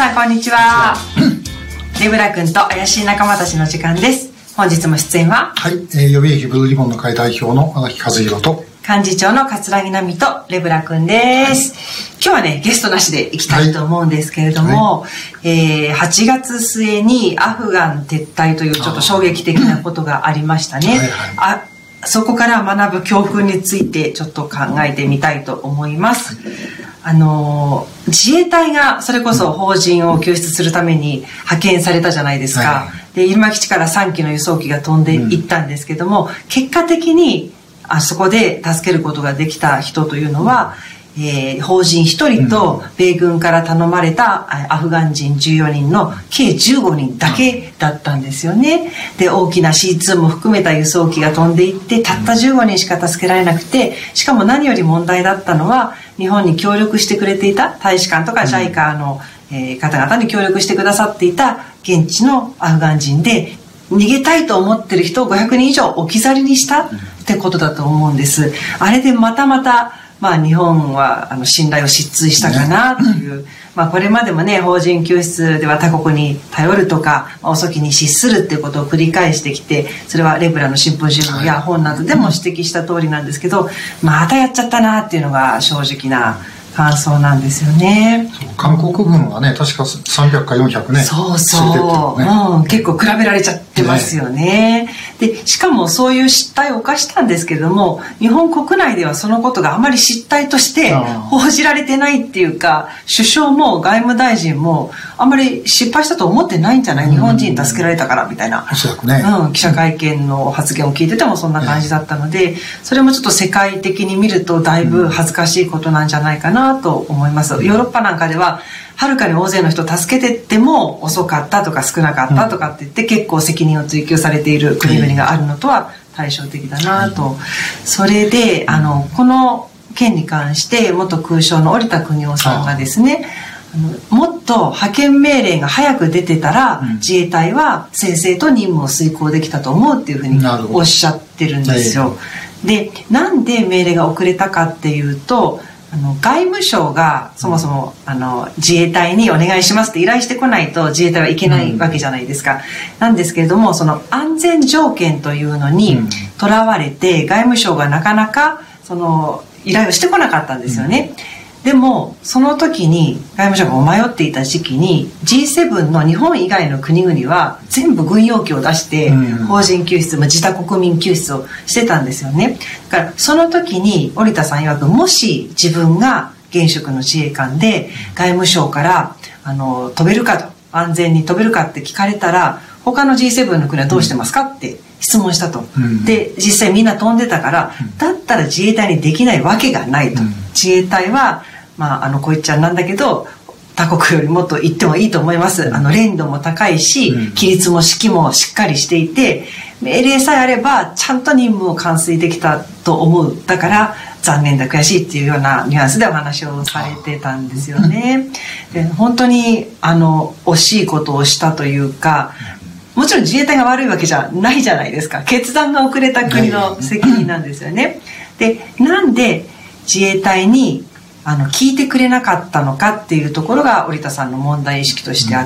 さんこんにちは。レブラ君と怪しい仲間たちの時間です。本日も出演は予備役ブルーリボンの会代表の荒木和弘と幹事長の桂木奈美とレブラ君です、今日はねゲストなしでいきたいと思うんですけれども、8月末にアフガン撤退というちょっと衝撃的なことがありましたね。そこから学ぶ教訓についてちょっと考えてみたいと思います。自衛隊がそれこそ邦人を救出するために派遣されたじゃないですか、で入間基地から3機の輸送機が飛んでいったんですけども、結果的にそこで助けることができた人というのは、邦人1人と米軍から頼まれたアフガン人14人の計15人だけだったんですよね。で大きな C2 も含めた輸送機が飛んでいってたった15人しか助けられなくて、しかも何より問題だったのは日本に協力してくれていた大使館とか JICA の方々に協力してくださっていた現地のアフガン人で、逃げたいと思ってる人を500人以上置き去りにしたってことだと思うんです。あれでまた日本は信頼を失墜したかなという、これまでもね邦人救出では他国に頼るとか遅きに失するっていうことを繰り返してきて、それはレブラのシンポジウムや本などでも指摘した通りなんですけど、またやっちゃったなっていうのが正直な感想なんですよね。 韓国軍はね確か300か400ね、 結構比べられちゃってますよね。でしかもそういう失態を犯したんですけれども、日本国内ではそのことがあまり失態として報じられてないっていうか、首相も外務大臣もあんまり失敗したと思ってないんじゃない、日本人助けられたからみたいな、記者会見の発言を聞いててもそんな感じだったので、それもちょっと世界的に見るとだいぶ恥ずかしいことなんじゃないかなと思います。ヨーロッパなんかでははるかに大勢の人を助けてっても遅かったとか少なかったとかって言って結構責任を追及されている国々があるのとは対照的だなと。それでこの件に関して元空将の織田邦男さんがですね、もっと派遣命令が早く出てたら自衛隊は正々と任務を遂行できたと思うっていうふうにおっしゃってるんですよ。でなんで命令が遅れたかっていうと、外務省がそもそも自衛隊にお願いしますって依頼してこないと自衛隊はいけないわけじゃないですか。なんですけれども、その安全条件というのにとらわれて外務省がなかなかその依頼をしてこなかったんですよね。でもその時に外務省が迷っていた時期に G7 の日本以外の国々は全部軍用機を出して邦人救出、自他国民救出をしてたんですよね。だからその時に織田さん曰く、もし自分が現職の自衛官で外務省から飛べるかと、安全に飛べるかって聞かれたら他の G7 の国はどうしてますかって質問したと。で実際みんな飛んでたから、だったら自衛隊にできないわけがないと。自衛隊はこう言っちゃなんだけど他国よりもっと言ってもいいと思います。練度も高いし規律も指揮もしっかりしていて、命令さえあればちゃんと任務を完遂できたと思う。だから残念だ悔しいっていうようなニュアンスでお話をされてたんですよね。で本当に惜しいことをしたというか、もちろん自衛隊が悪いわけじゃないじゃないですか。決断が遅れた国の責任なんですよね。でなんで自衛隊に聞いてくれなかったのかっていうところが織田さんの問題意識としてあって、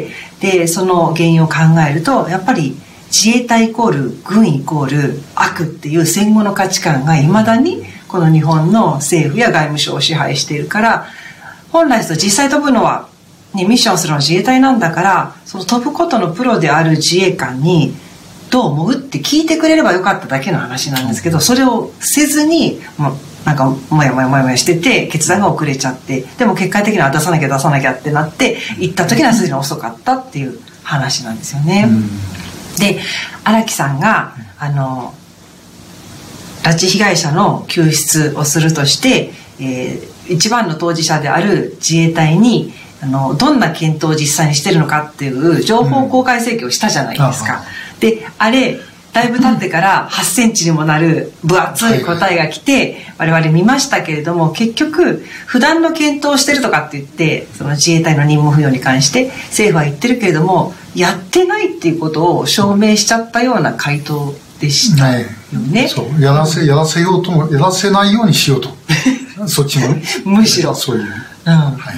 でその原因を考えると、やっぱり自衛隊イコール軍イコール悪っていう戦後の価値観がいまだにこの日本の政府や外務省を支配しているから、本来ですと実際飛ぶのはミッションするのは自衛隊なんだから、その飛ぶことのプロである自衛官にどう思うって聞いてくれればよかっただけの話なんですけど、それをせずになんかもやもやしてて決断が遅れちゃって、でも結果的には出さなきゃってなって行った時にはすでに遅かったっていう話なんですよね。で荒木さんが拉致被害者の救出をするとして、一番の当事者である自衛隊にどんな検討を実際にしてるのかっていう情報公開請求をしたじゃないですか。であれだいぶ経ってから8センチにもなる分厚い答えが来て我々見ましたけれども、結局不断の検討をしてるとかって言って、その自衛隊の任務付与に関して政府は言ってるけれども、やってないっていうことを証明しちゃったような回答でしたよね。 そうやらせようともやらせないようにしようとそっちもむしろそういう、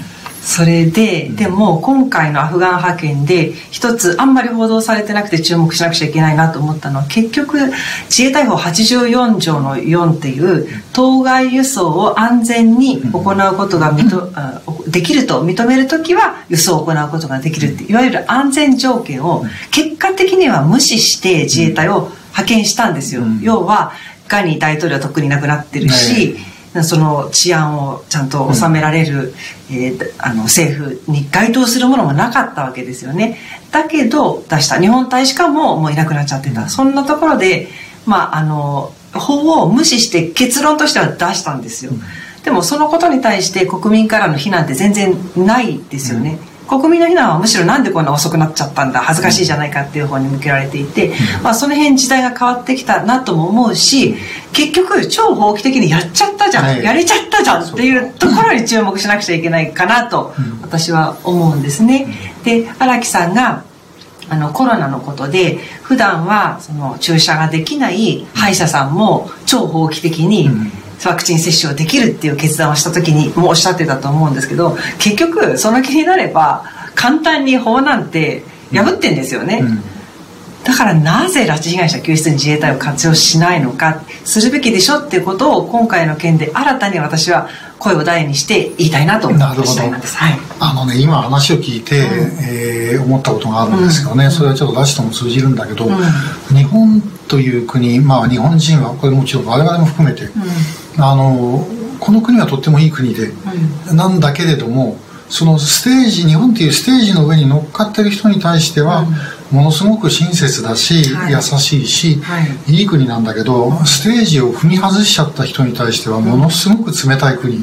それで、でも今回のアフガン派遣で一つあんまり報道されてなくて注目しなくちゃいけないなと思ったのは、結局自衛隊法84条の4っていう当該輸送を安全に行うことができると認めるときは輸送を行うことができるって、いわゆる安全条件を結果的には無視して自衛隊を派遣したんですよ。要はガニ大統領はとっくに亡くなってるし、その治安をちゃんと収められる、政府に該当するものもなかったわけですよね。だけど出した日本大使館ももういなくなっちゃってた。そんなところで、法を無視して結論としては出したんですよ。でもそのことに対して国民からの非難って全然ないですよね。国民の非難はむしろなんでこんな遅くなっちゃったんだ、恥ずかしいじゃないかっていう方に向けられていて、その辺時代が変わってきたなとも思うし、結局超法規的にやっちゃったじゃん、やれちゃったじゃんっていうところに注目しなくちゃいけないかなと私は思うんですね。で、荒木さんがコロナのことで普段はその注射ができない歯医者さんも超法規的にワクチン接種をできるっていう決断をした時にもおっしゃってたと思うんですけど、結局その気になれば簡単に法なんて破ってんですよね。だからなぜ拉致被害者救出に自衛隊を活用しないのか、するべきでしょっていうことを今回の件で新たに私は声を大にして言いたいなと思った次第なんです。 今話を聞いて、思ったことがあるんですけどね、それはちょっと拉致とも通じるんだけど、日本という国、日本人はこれもちろん我々も含めて、この国はとってもいい国で、なんだけれども、そのステージ、日本というステージの上に乗っかってる人に対しては、ものすごく親切だし、優しいし、いい国なんだけど、ステージを踏み外しちゃった人に対してはものすごく冷たい国。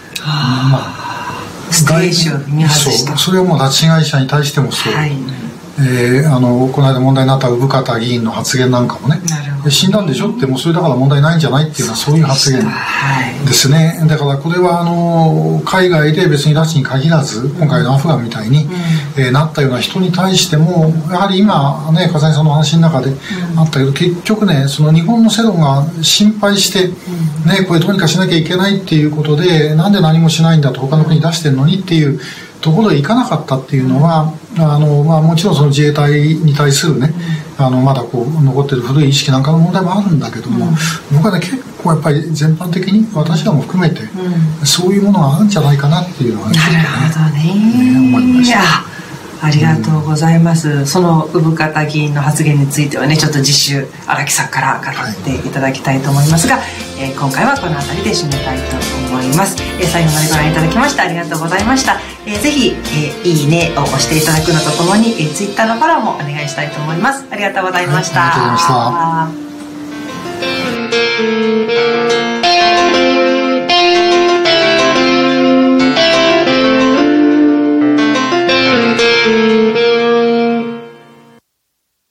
ステージを踏み外した。 それはもう拉致被害者に対してもそう。この間問題になった生方議員の発言なんかもね、死んだんでしょって、もうそれだから問題ないんじゃないっていうのはそういう発言ですね。だからこれは海外で別に拉致に限らず、今回のアフガンみたいに、なったような人に対しても、やはり今ね、笠井さんの話の中であったけど、結局ね、その日本の世論が心配して、これどうにかしなきゃいけないっていうことで、なんで何もしないんだと、他の国出してるのにっていうところへ行かなかったっていうのは、もちろんその自衛隊に対するね、まだ残ってる古い意識なんかの問題もあるんだけども、僕はね、結構やっぱり全般的に私らも含めて、そういうものがあるんじゃないかなっていうのはね、思いました。 ありがとうございます。その生方議員の発言についてはね、ちょっと次週荒木さんから語っていただきたいと思いますが、今回はこの辺りで締めたいと思います。最後までご覧いただきましてありがとうございました。ぜひ、いいねを押していただくのとともに、ツイッターのフォローもお願いしたいと思います。ありがとうございました。 ありがとうございました。